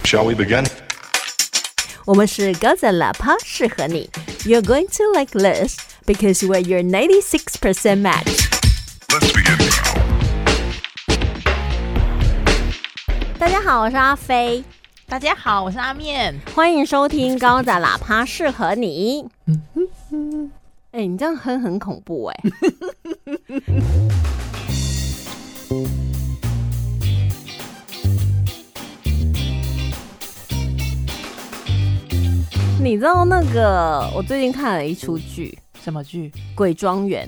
Shall we begin? 我们是高赞喇叭，适合你。You're going to like this because we're your 96% match. Let's begin now. 大家好，我是阿飞， 大家好，我是阿面， 欢迎收听高赞喇叭，适合你。你这样哼很恐怖你知道那个我最近看了一出剧， 什么剧？ 鬼庄园。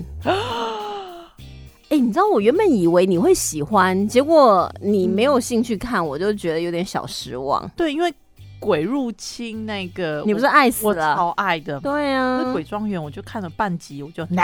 你知道我原本以为你会喜欢，结果你没有兴趣看，我就觉得有点小失望。 对，因为鬼入侵那个， 你不是爱死了？ 我超爱的。 对啊， 那鬼庄园我就看了半集，我就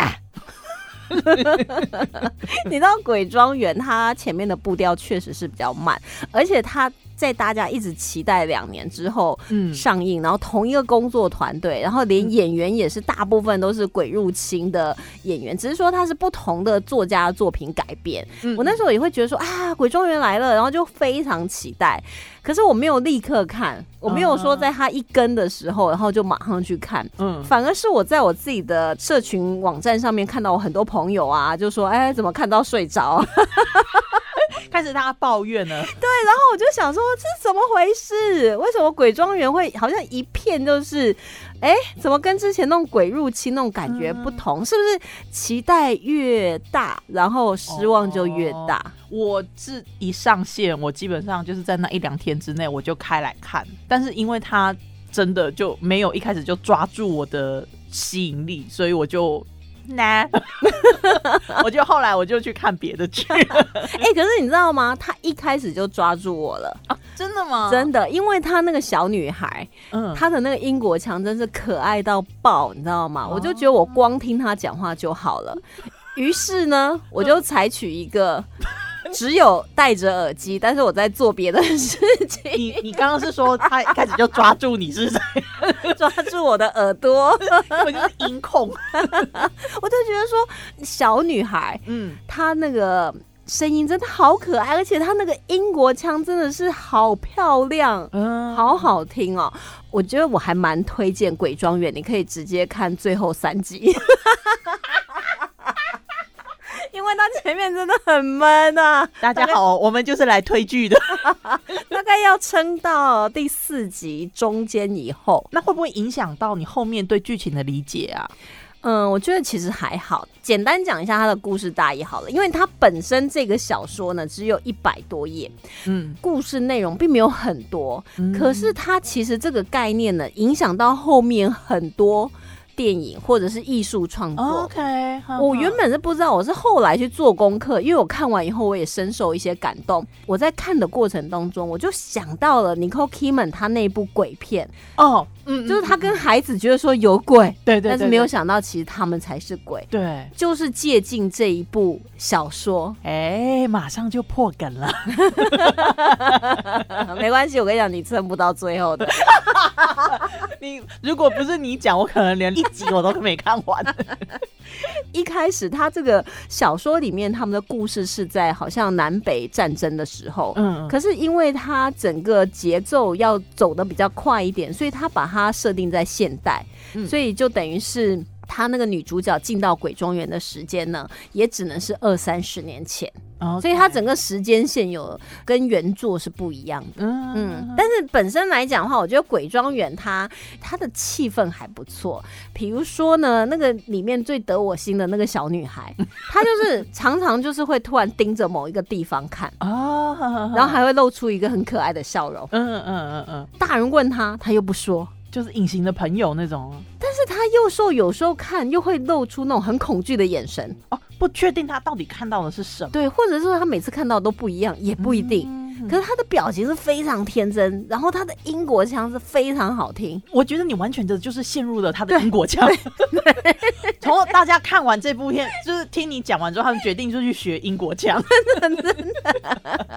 你知道鬼庄园它前面的步调确实是比较慢，而且它在大家一直期待2年之后上映，然后同一个工作团队，然后连演员也是大部分都是鬼入侵的演员，只是说它是不同的作家的作品改编。我那时候也会觉得说啊，鬼庄园来了，然后就非常期待。可是我没有立刻看，我没有说在它一更的时候，然后就马上去看。反而是我在我自己的社群网站上面看到我很多朋友啊，就说怎么看到睡着？ 开始他抱怨了。 对，然后我就想说这是怎么回事？为什么鬼庄园会好像一片就是怎么跟之前那种鬼入侵那种感觉不同？是不是期待越大，然后失望就越大？ 我是一上线，我基本上就是在那1-2天之内我就开来看，但是因为它真的就没有一开始就抓住我的吸引力，所以我就后来我就去看别的剧。可是你知道吗？他一开始就抓住我了啊！真的吗？ 真的，因为他那个小女孩，她的那个英国腔真是可爱到爆，你知道吗？我就觉得我光听她讲话就好了。于是呢，我就采取一个只有戴着耳机，但是我在做别的事情。 你刚刚是说他一开始就抓住你，是不是？ 抓住我的耳朵， 我就是音控。 我就觉得说，小女孩，她那个声音真的好可爱，而且她那个英国腔真的是好漂亮，好好听哦。我觉得我还蛮推荐《鬼庄园》，你可以直接看最后3集。因为它前面真的很闷啊！ 大家好，我们就是来推剧的， 大概要撑到第4集中间以后。 那会不会影响到你后面对剧情的理解啊？ 我觉得其实还好，简单讲一下它的故事大意好了。因为它本身这个小说呢只有100多页，故事内容并没有很多，可是它其实这个概念呢影响到后面很多电影或者是艺术创作。我原本是不知道，我是后来去做功课，因为我看完以后我也深受一些感动。我在看的过程当中，我就想到了 Nicole Kidman 她那部鬼片就是她跟孩子觉得说有鬼，对，但是没有想到其实他们才是鬼， 对， 就是借鉴这一部小说。 马上就破梗了。 没关系，我跟你讲，你撑不到最后的。 你如果不是你讲，我可能连1集我都没看完。 一开始他这个小说里面他们的故事是在好像南北战争的时候，可是因为他整个节奏要走得比较快一点，所以他把它设定在现代，所以就等于是他那个女主角进到鬼庄园的时间呢，也只能是20-30年前。所以它整个时间线有跟原作是不一样的。但是本身来讲的话，我觉得鬼庄园它的气氛还不错。比如说呢，那个里面最得我心的那个小女孩，她就是常常就是会突然盯着某一个地方看然后还会露出一个很可爱的笑容。大人问她，她又不说， 就是隐形的朋友那种。 但是她有时候看又会露出那种很恐惧的眼神。 不确定他到底看到的是什么， 对，或者说他每次看到的都不一样，也不一定。可是他的表情是非常天真，然后他的英国腔是非常好听。 我觉得你完全的就是陷入了他的英国腔。从大家看完这部片，就是听你讲完之后，他们决定就去学英国腔。 真的。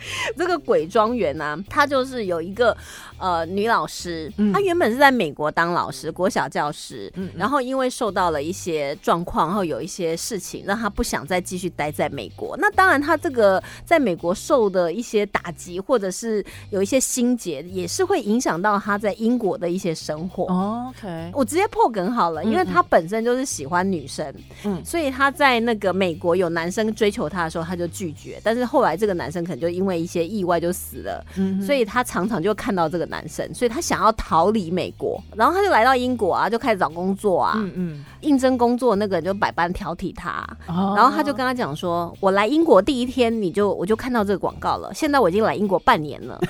这个鬼庄园啊，它就是有一个女老师，她原本是在美国当老师，国小教师，然后因为受到了一些状况，然后有一些事情让她不想再继续待在美国。那当然，她这个在美国受的一些打击，或者是有一些心结，也是会影响到她在英国的一些生活。 OK， 我直接破梗好了，因为她本身就是喜欢女生，所以她在那个美国有男生追求她的时候，她就拒绝。但是后来这个男生可能就因为一些意外就死了，所以她常常就看到这个男生，所以她想要逃离美国，然后她就来到英国啊，就开始找工作啊，应征工作那个人就百般挑剔她，然后她就跟他讲说，我来英国第一天我就看到这个广告了，现在我已经来英国半年了。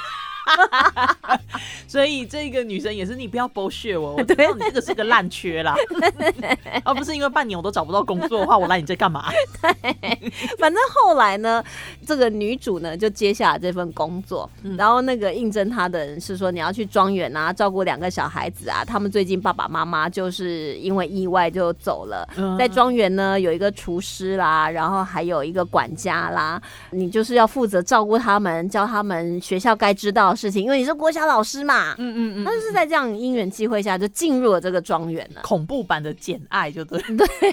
所以这个女生也是，你不要bullshit我知道你这个是个烂缺啦。而不是因为半年我都找不到工作的话，我来你这干嘛？ 对，反正后来呢，这个女主呢就接下了这份工作，然后那个应征她的人是说，你要去庄园啊，照顾2个小孩子啊，他们最近爸爸妈妈就是因为意外就走了，在庄园呢有一个厨师啦，然后还有一个管家啦，你就是要负责照顾他们，教他们学校该知道的事情，因为你是国小老师嘛。他就是在这样因缘际会下就进入了这个庄园了， 恐怖版的简爱就对。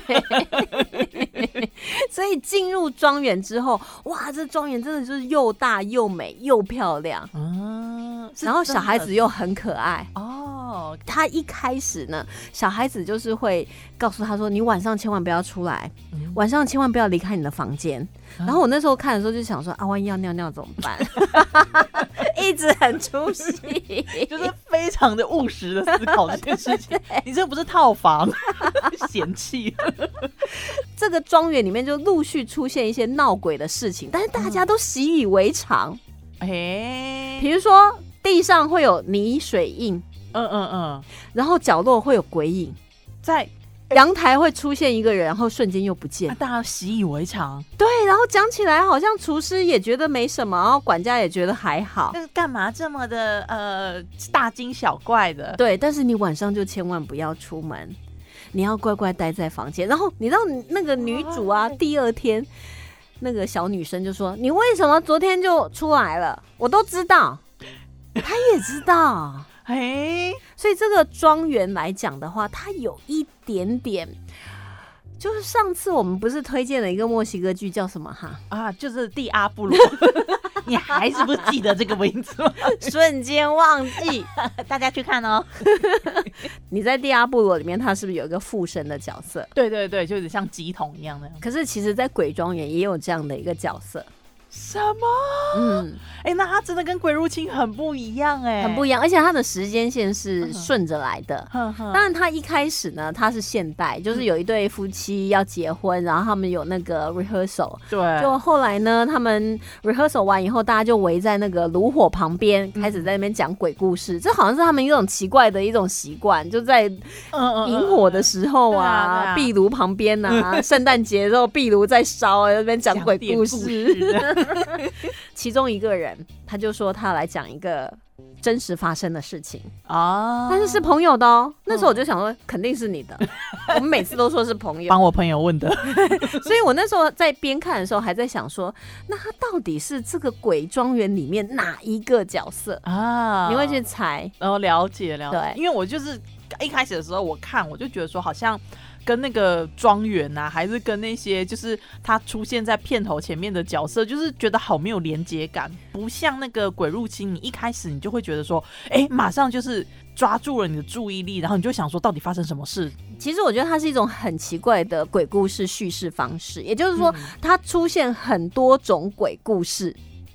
所以进入庄园之后，哇，这庄园真的就是又大又美又漂亮，然后小孩子又很可爱哦。他一开始呢，小孩子就是会告诉他说，你晚上千万不要出来，晚上千万不要离开你的房间。然后我那时候看的时候就想说，啊，万一要尿尿怎么办？一直很出戏， 就是非常的务实的思考这件事情。你这不是套房，嫌弃。 这个庄园里面就陆续出现一些闹鬼的事情，但是大家都习以为常。比如说地上会有泥水印，然后角落会有鬼影，在阳台会出现一个人，然后瞬间又不见， 大家习以为常。 对，然后讲起来好像厨师也觉得没什么，然后管家也觉得还好， 那干嘛这么的大惊小怪的？ 对，但是你晚上就千万不要出门，你要乖乖待在房间。然后你知道那个女主啊，第二天那个小女生就说，你为什么昨天就出来了？我都知道，她也知道。所以这个庄园来讲的话，它有一点点，就是上次我们不是推荐了一个墨西哥剧叫什么哈？ 就是蒂阿布罗。你还是不记得这个名字吗？ 瞬间忘记， 大家去看哦。 你在蒂阿布罗里面，他是不是有一个附身的角色？ 对对对，就有点像乩童一样的。 可是其实，在鬼庄园也有这样的一个角色。 什么？那他真的跟鬼入侵很不一样很不一样，而且他的时间线是顺着来的。当然，他一开始呢，他是现代，就是有一对夫妻要结婚，然后他们有那个 rehearsal。对。就后来呢，他们 rehearsal 完以后，大家就围在那个炉火旁边，开始在那边讲鬼故事。这好像是他们一种奇怪的一种习惯，就在萤火的时候啊，壁炉旁边啊，圣诞节的时候壁炉在烧，在那边讲鬼故事。其中一个人他就说他要来讲一个真实发生的事情但是是朋友的哦。那时候我就想说肯定是你的，我们每次都说是朋友， 帮我朋友问的。 所以我那时候在边看的时候还在想说，那他到底是这个鬼庄园里面哪一个角色你会去猜。 了解了解。对，因为我就是一开始的时候我就觉得说好像跟那个庄园啊，还是跟那些就是他出现在片头前面的角色，就是觉得好没有连接感，不像那个鬼入侵，你一开始你就会觉得说，马上就是抓住了你的注意力，然后你就想说到底发生什么事。 其实我觉得它是一种很奇怪的鬼故事叙事方式，也就是说它出现很多种鬼故事。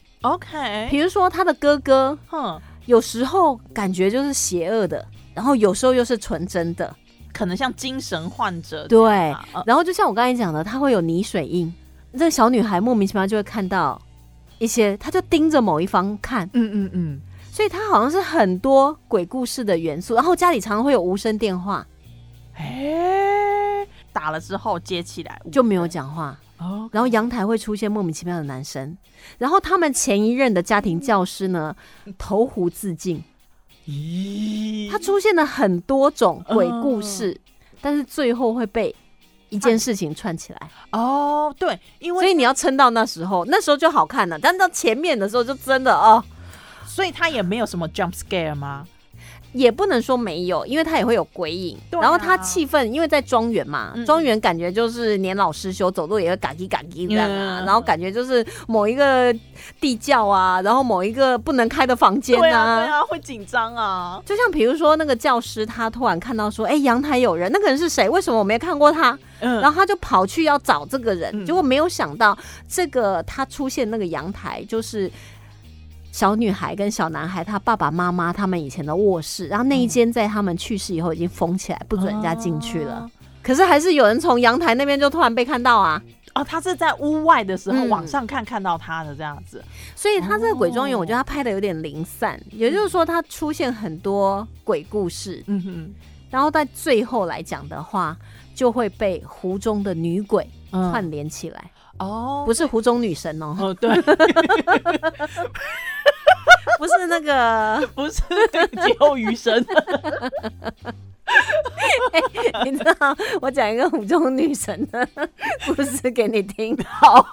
OK， 比如说他的哥哥有时候感觉就是邪恶的，然后有时候又是纯真的， 可能像精神患者。 对，然后就像我刚才讲的，他会有泥水印，这个小女孩莫名其妙就会看到一些，她就盯着某一方看，所以她好像是很多鬼故事的元素。然后家里常常会有无声电话， 打了之后接起来就没有讲话。然后阳台会出现莫名其妙的男生，然后他们前一任的家庭教师呢，投湖自尽。他出现了很多种鬼故事，但是最后会被一件事情串起来。 哦，对，因为所以你要撑到那时候就好看了，但到前面的时候就真的哦。 所以他也没有什么 jump scare 吗？ 也不能说没有，因为它也会有鬼影，然后它气氛，因为在庄园嘛，庄园感觉就是年老失修，走路也会嘎叽嘎叽这样啊，然后感觉就是某一个地窖啊，然后某一个不能开的房间啊， 对啊，会紧张啊。 就像比如说那个教师，他突然看到说，阳台有人，那个人是谁？为什么我没看过他？然后他就跑去要找这个人，结果没有想到这个他出现那个阳台就是小女孩跟小男孩他爸爸妈妈他们以前的卧室，然后那一间在他们去世以后已经封起来，不准人家进去了。可是还是有人从阳台那边就突然被看到啊！ 哦，他是在屋外的时候往上看到他的这样子， 所以他这个鬼庄园，我觉得他拍的有点零散，也就是说他出现很多鬼故事，然后在最后来讲的话，就会被湖中的女鬼串联起来。哦，不是湖中女神哦， 对， 不是那个， 不是劫后余生。 你知道我讲一个湖中女神的故事给你听。好，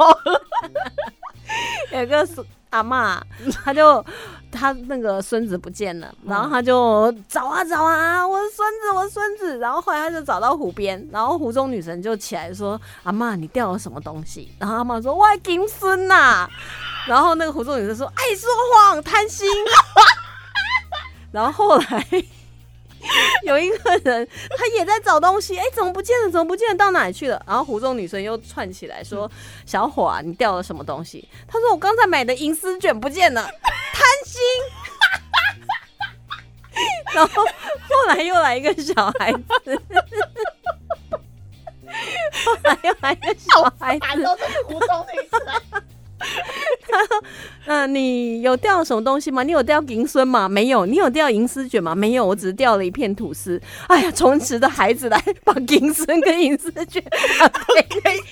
有个阿嬷，他那个孙子不见了，然后他就找啊，我的孙子，然后后来他就找到湖边，然后湖中女神就起来说：“阿嬷，你掉了什么东西？”然后阿嬷说：“我的金孙呐。”然后那个湖中女神说：“爱说谎，贪心。”然后后来有一个人他也在找东西，怎么不见了，到哪里去了？然后湖中女神又串起来说：“小伙啊，你掉了什么东西？”他说：“我刚才买的银丝卷不见了，贪心。”然后后来又来一个小孩子，后来又来一个小孩子， 都是湖中女神。 他说：“你有掉什么东西吗？你有掉银孙吗？没有。你有掉银丝卷吗？没有。我只是掉了一片吐司。哎呀，从此的孩子来把银孙跟银丝卷打给你。”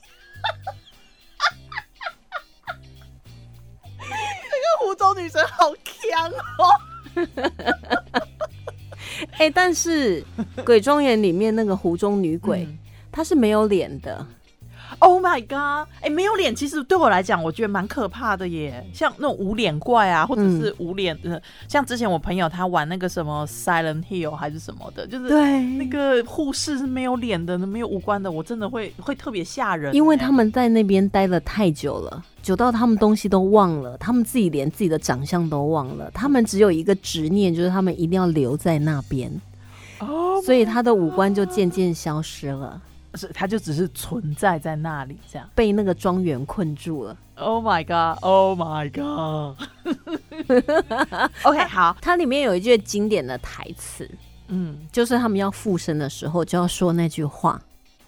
这个湖中女神好强哦！ 但是鬼庄园里面那个湖中女鬼，她是没有脸的。 Oh my god！ 没有脸，其实对我来讲，我觉得蛮可怕的耶。像那种无脸怪啊，或者是无脸的，像之前我朋友他玩那个什么 Silent Hill 还是什么的，就是那个护士是没有脸的，没有五官的，我真的会特别吓人。 因为他们在那边待了太久了，久到他们东西都忘了，他们自己连自己的长相都忘了，他们只有一个执念，就是他们一定要留在那边。所以他的五官就渐渐消失了。 他就只是存在在那里，这样被那个庄园困住了。 Oh my god! Oh my god! OK， 好， 它里面有一句经典的台词，就是他们要附身的时候就要说那句话。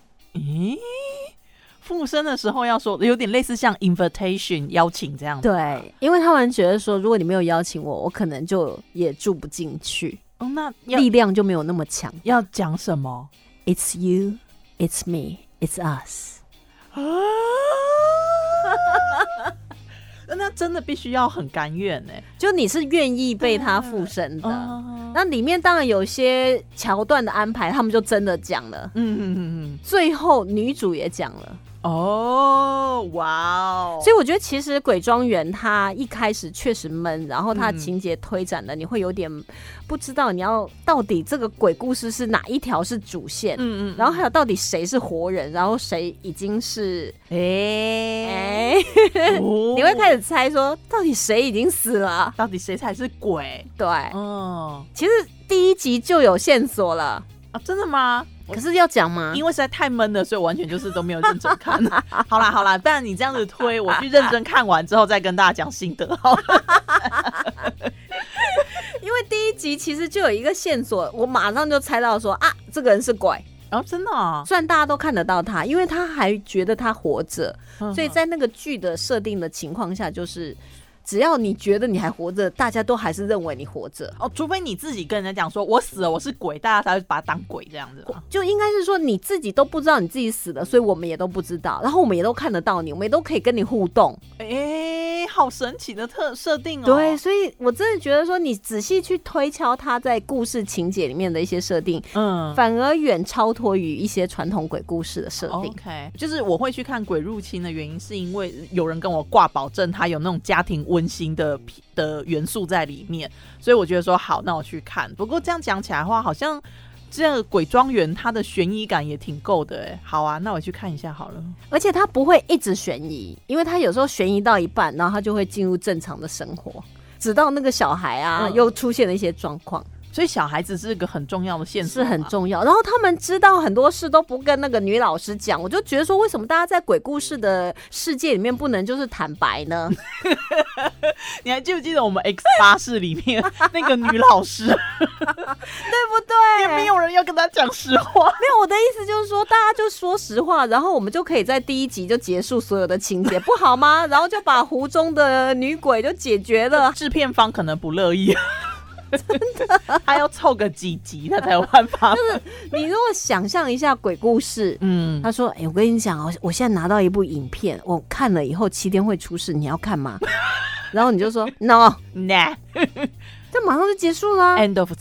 附身的时候要说，有点类似像 invitation 邀请这样子。 对，因为他们觉得说，如果你没有邀请我，我可能就也住不进去。 那力量就没有那么强。 要讲什么 ？It's you.It's me, it's us 那真的必须要很甘愿耶， 就你是愿意被他附身的。那里面当然有些桥段的安排，他们就真的讲了。最后女主也讲了。 哇哦！ 所以我觉得其实鬼庄园它一开始确实闷，然后它情节推展的你会有点不知道你要到底这个鬼故事是哪一条是主线，然后还有到底谁是活人，然后谁已经是你会开始猜说到底谁已经死了， 到底谁才是鬼？ 对，其实第一集就有线索了啊，真的吗？ 可是要讲吗？ 因为实在太闷了，所以我完全就是都没有认真看。好啦，不然你这样子推，我去认真看完之后再跟大家讲心得好了。 因为第一集其实就有一个线索，我马上就猜到说啊，这个人是鬼。 真的啊！ 虽然大家都看得到他，因为他还觉得他活着，所以在那个剧的设定的情况下，就是只要你觉得你还活着，大家都还是认为你活着。 除非你自己跟人家讲说我死了，我是鬼，大家才会把他当鬼这样子。 就应该是说你自己都不知道你自己死了，所以我们也都不知道，然后我们也都看得到你，我们也都可以跟你互动。 好神奇的设定哦。 对，所以我真的觉得说，你仔细去推敲他在故事情节里面的一些设定，反而远超脱于一些传统鬼故事的设定。 OK， 就是我会去看《鬼入侵》的原因，是因为有人跟我挂保证，他有那种家庭温馨的元素在里面，所以我觉得说好，那我去看。不过这样讲起来的话，好像这个鬼庄园它的悬疑感也挺够的哎。好啊，那我去看一下好了。 而且它不会一直悬疑，因为它有时候悬疑到一半，然后它就会进入正常的生活，直到那个小孩啊、又出现了一些状况。 所以小孩子是个很重要的线索， 是很重要。然后他们知道很多事都不跟那个女老师讲，我就觉得说，为什么大家在鬼故事的世界里面不能就是坦白呢？ 你还记不记得我们 X 巴士里面那个女老师，对不对？ 也没有人要跟她讲实话。 没有，我的意思就是说，大家就说实话，然后我们就可以在第一集就结束所有的情节，不好吗？然后就把湖中的女鬼就解决了。 制片方可能不乐意。真的，他要凑个几集，他才有办法。 就是你如果想象一下鬼故事，他说：“我跟你讲，我现在拿到一部影片，我看了以后7天会出事，你要看吗？”然后你就说 ：“No， nah。” 这马上就结束了 ，End of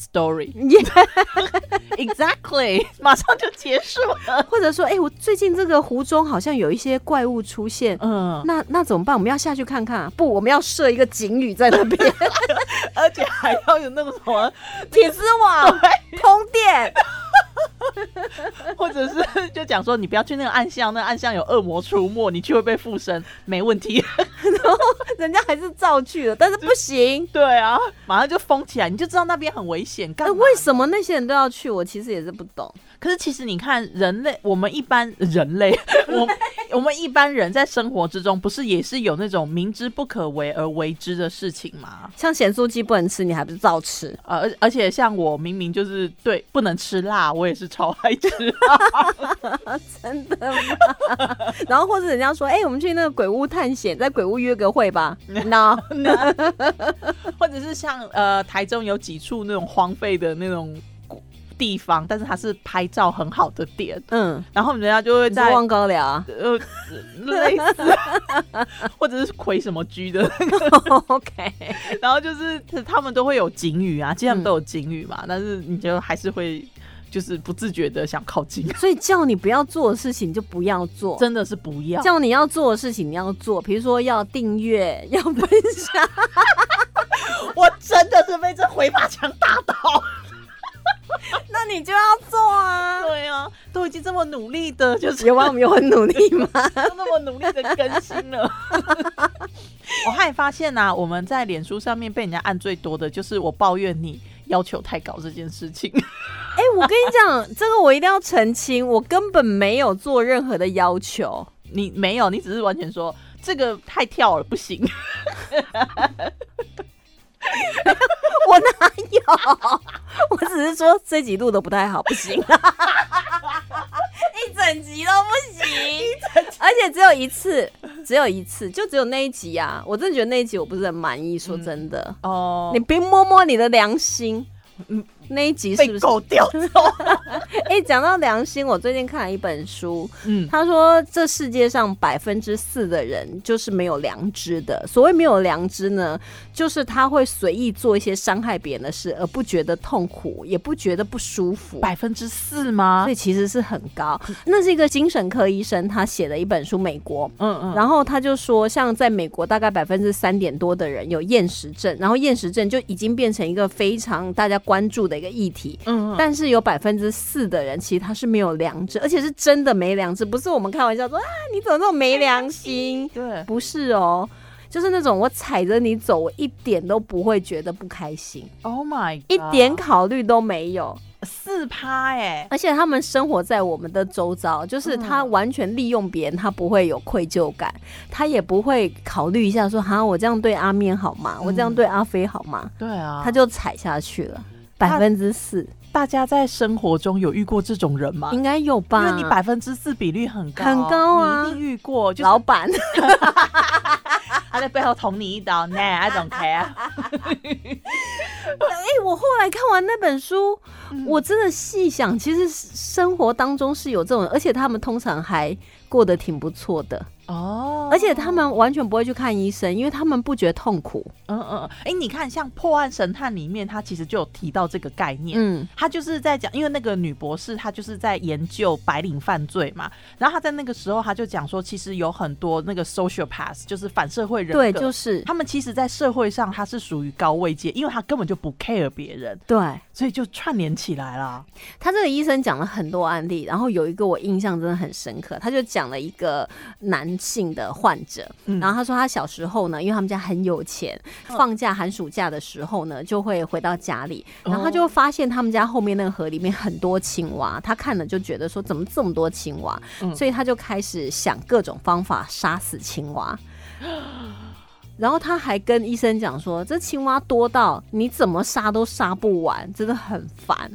story。Exactly， 马上就结束了。 或者说，我最近这个湖中好像有一些怪物出现，那怎么办？我们要下去看看啊？不，我们要设一个警语在那边， 而且还要有那个什么铁丝网、通电。 或者是就讲说你不要去那个暗巷，那个暗巷有恶魔出没，你去会被附身，没问题。 然后人家还是照去了，但是不行。 对啊，马上就封起来，你就知道那边很危险。 为什么那些人都要去？我其实也是不懂。 可是其实你看，人类，我们一般人类，我们一般人在生活之中，不是也是有那种明知不可为而为之的事情吗？ 像咸酥鸡不能吃，你还不是照吃？ 而且像我明明就是对不能吃辣，我也是超爱吃。 真的吗？然后或者人家说，我们去那个鬼屋探险，在鬼屋约个会吧。No， 或者是像台中有几处那种荒废的那种地方，但是它是拍照很好的点，然后人家就会在望高寮类似，或者是魁什么居的 ，OK， 然后就是他们都会有警语啊，基本上都有警语嘛，但是你就还是会就是不自觉的想靠近， 所以叫你不要做的事情就不要做， 真的是不要。 叫你要做的事情你要做，比如说要订阅、要分享。 我真的是被这回马枪打到。 那你就要做啊！ 对啊，都已经这么努力的，就是有吗？我们有很努力吗？ 都那么努力的更新了。我还发现啊，我们在脸书上面被人家按最多的就是我抱怨你要求太高这件事情。 我跟你讲，这个我一定要澄清，我根本没有做任何的要求。 你没有，你只是完全说这个太跳了，不行。 我哪有？我只是说这集录的不太好，不行。一整集都不行，而且只有一次，就只有那一集啊！我真的觉得那一集我不是很满意，说真的。你别摸摸你的良心。那一集是不是被狗掉走？ 讲到良心，我最近看了一本书，他说这世界上4%的人就是没有良知的。所谓没有良知呢，就是他会随意做一些伤害别人的事，而不觉得痛苦，也不觉得不舒服。 4%吗？ 所以其实是很高。那是一个精神科医生他写的一本书，美国，然后他就说，像在美国大概3%点多的人有厌食症，然后厌食症就已经变成一个非常大家关注的一个议题。但是有4%的人其实他是没有良知，而且是真的没良知，不是我们开玩笑说你怎么那么没良心？对，不是哦，就是那种我踩着你走，我一点都不会觉得不开心。 Oh my god， 一点考虑都没有。 4% 而且他们生活在我们的周遭，就是他完全利用别人，他不会有愧疚感，他也不会考虑一下说我这样对阿面好吗？我这样对阿飞好吗？ 对啊， 他就踩下去了。4%， 大家在生活中有遇过这种人吗？ 应该有吧， 因为你4%比率很高， 很高啊， 你一定遇过。就是、 老板， 他在背后捅你一刀。Nah, I don't care 。 我后来看完那本书，我真的细想，其实生活当中是有这种，而且他们通常还过得挺不错的。 而且他们完全不会去看医生，因为他们不觉得痛苦。 你看像破案神探里面，他其实就有提到这个概念。他就是在讲，因为那个女博士她就是在研究白领犯罪嘛，然后他在那个时候他就讲说，其实有很多那个 sociopath 就是反社会人格， 对，就是他们其实在社会上他是属于高位阶，因为他根本就不 care 别人， 对， 所以就串联起来了。 他这个医生讲了很多案例，然后有一个我印象真的很深刻，他就讲了一个男性的患者，然后他说他小时候呢，因为他们家很有钱，放假寒暑假的时候呢，就会回到家里，然后他就发现他们家后面那个河里面很多青蛙，他看了就觉得说怎么这么多青蛙，所以他就开始想各种方法杀死青蛙。然后他还跟医生讲说，这青蛙多到你怎么杀都杀不完，真的很烦。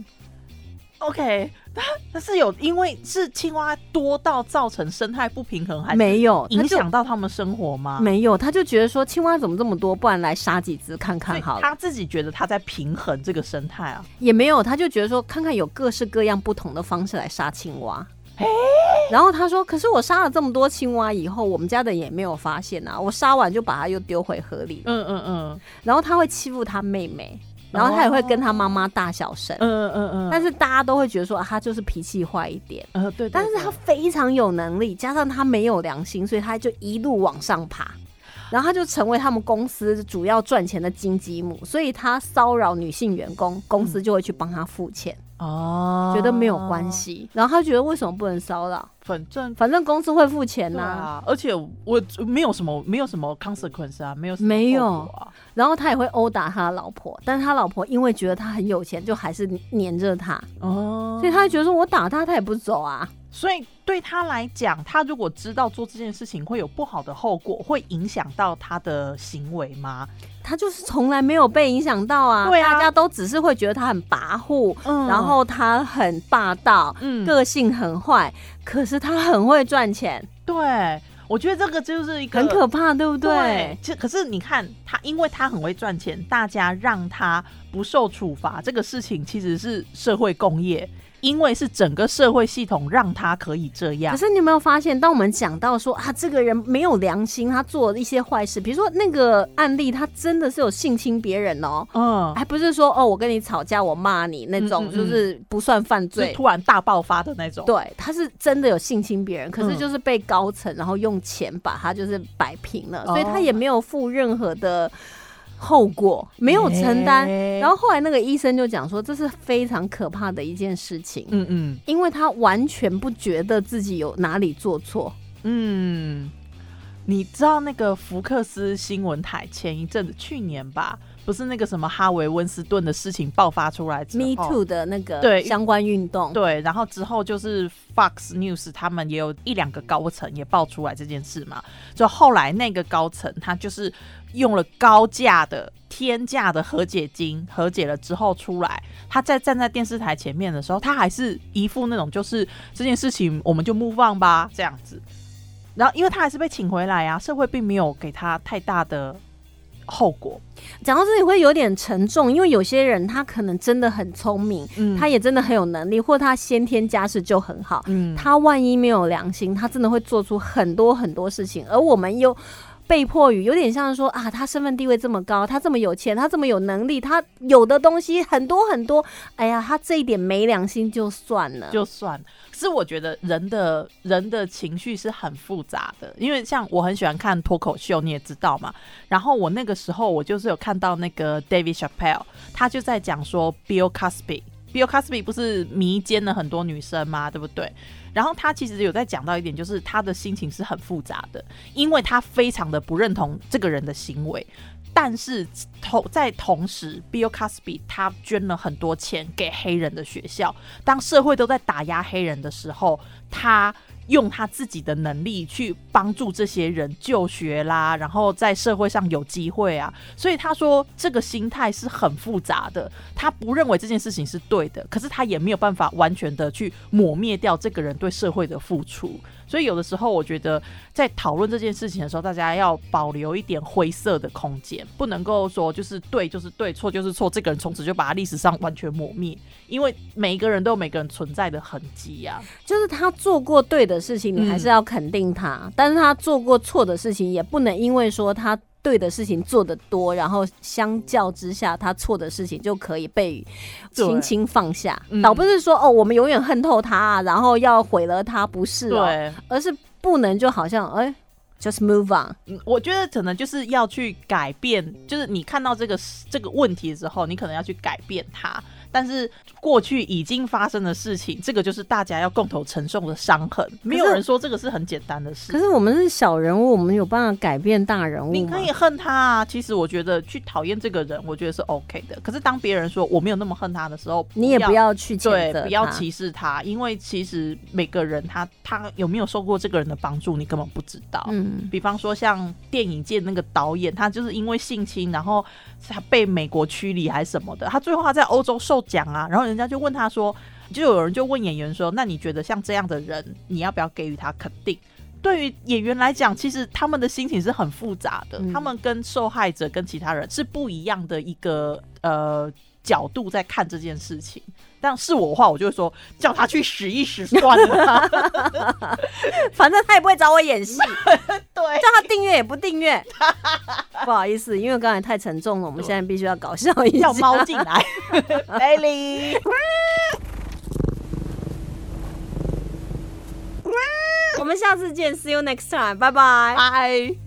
OK， 那是有因为是青蛙多到造成生态不平衡，还是没有影响到他们生活吗？ 没有，他就觉得说青蛙怎么这么多，不然来杀几只看看好了。 他自己觉得他在平衡这个生态啊， 也没有，他就觉得说看看有各式各样不同的方式来杀青蛙。然后他说，可是我杀了这么多青蛙以后，我们家的也没有发现啊，我杀完就把它又丢回河里。然后他会欺负他妹妹，然后他也会跟他妈妈大小声。但是大家都会觉得说，他就是脾气坏一点。对，但是他非常有能力，加上他没有良心，所以他就一路往上爬。然后他就成为他们公司主要赚钱的金鸡母，所以他骚扰女性员工，公司就会去帮他付钱。觉得没有关系，然后他觉得为什么不能骚扰？反正公司会付钱啊，而且我没有什么 consequence 啊， 没有。然后他也会殴打他的老婆，但是他老婆因为觉得他很有钱，就还是黏着他。所以他觉得说我打他，他也不走啊。 所以对他来讲，他如果知道做这件事情会有不好的后果，会影响到他的行为吗？ 他就是从来没有被影响到啊。对啊，大家都只是会觉得他很跋扈，然后他很霸道，个性很坏，可是他很会赚钱。 对，我觉得这个就是一个很可怕，对不对？ 可是你看他，因为他很会赚钱，大家让他不受处罚，这个事情其实是社会共业。因为是整个社会系统让他可以这样。 可是你有没有发现，当我们讲到说这个人没有良心，他做了一些坏事，比如说那个案例，他真的是有性侵别人哦，还不是说我跟你吵架，我骂你那种，就是不算犯罪， 是突然大爆发的那种。 对，他是真的有性侵别人，可是就是被高层然后用钱把他就是摆平了，所以他也没有负任何的后果，没有承担。然后后来那个医生就讲说，这是非常可怕的一件事情。因为他完全不觉得自己有哪里做错。 你知道那个福克斯新闻台前一阵子，去年吧，不是那个什么哈维温斯顿的事情爆发出来之后 ，Me Too 的那个相关运动， 对，然后之后就是 Fox News 他们也有1-2个高层也爆出来这件事嘛，就后来那个高层他就是用了高价的天价的和解金，和解了之后出来，他在站在电视台前面的时候，他还是一副那种就是这件事情我们就 move on 吧这样子。然后因为他还是被请回来啊，社会并没有给他太大的后果。 讲到这里会有点沉重，因为有些人他可能真的很聪明，他也真的很有能力，或他先天家世就很好，他万一没有良心，他真的会做出很多很多事情，而我们又被迫于有点像是说他身份地位这么高，他这么有钱，他这么有能力，他有的东西很多很多，哎呀，他这一点没良心就算了。可是我觉得人的情绪是很复杂的，因为像我很喜欢看脱口秀，你也知道嘛。然后我那个时候我就是有看到那个 David Chappelle， 他就在讲说 Bill Cosby 不是迷奸了很多女生吗？对不对？然后他其实有在讲到一点，就是他的心情是很复杂的，因为他非常的不认同这个人的行为，但是在同时 Bill Cosby 他捐了很多钱给黑人的学校，当社会都在打压黑人的时候，他用他自己的能力去帮助这些人就学啦，然后在社会上有机会啊，所以他说这个心态是很复杂的，他不认为这件事情是对的，可是他也没有办法完全的去抹灭掉这个人对社会的付出， 所以有的时候我觉得在讨论这件事情的时候，大家要保留一点灰色的空间，不能够说就是对就是对，错就是错，这个人从此就把他历史上完全抹灭，因为每一个人都有每个人存在的痕迹啊。 就是他做过对的事情，你还是要肯定他，但是他做过错的事情，也不能因为说他对的事情做得多，然后相较之下他错的事情就可以被轻轻放下，倒不是说哦我们永远恨透他，然后要毁了他，不是哦，对，而是不能就好像just move on。 我觉得可能就是要去改变，就是你看到这个问题的时候，你可能要去改变它。但是过去已经发生的事情，这个就是大家要共同承受的伤痕。没有人说这个是很简单的事。 可是我们是小人物，我们有办法改变大人物吗？ 你可以恨他啊。其实我觉得去讨厌这个人，我觉得是 OK 的。可是当别人说我没有那么恨他的时候， 你也不要去谴责他， 对，不要歧视他，因为其实每个人他有没有受过这个人的帮助，你根本不知道。比方说像电影界那个导演，他就是因为性侵，然后他被美国驱离还是什么的，他最后他在欧洲受奖啊，然后人家就问他说，就有人就问演员说，那你觉得像这样的人，你要不要给予他肯定？对于演员来讲，其实他们的心情是很复杂的，他们跟受害者跟其他人是不一样的一个角度在看这件事情。但是我的话，我就会说叫他去死一死算了反正他也不会找我演戏对， 叫他订阅也不订阅不好意思，因为刚才太沉重了，我们现在必须要搞笑一下， 要猫进来Bailey 我们下次见 See you next time 拜拜。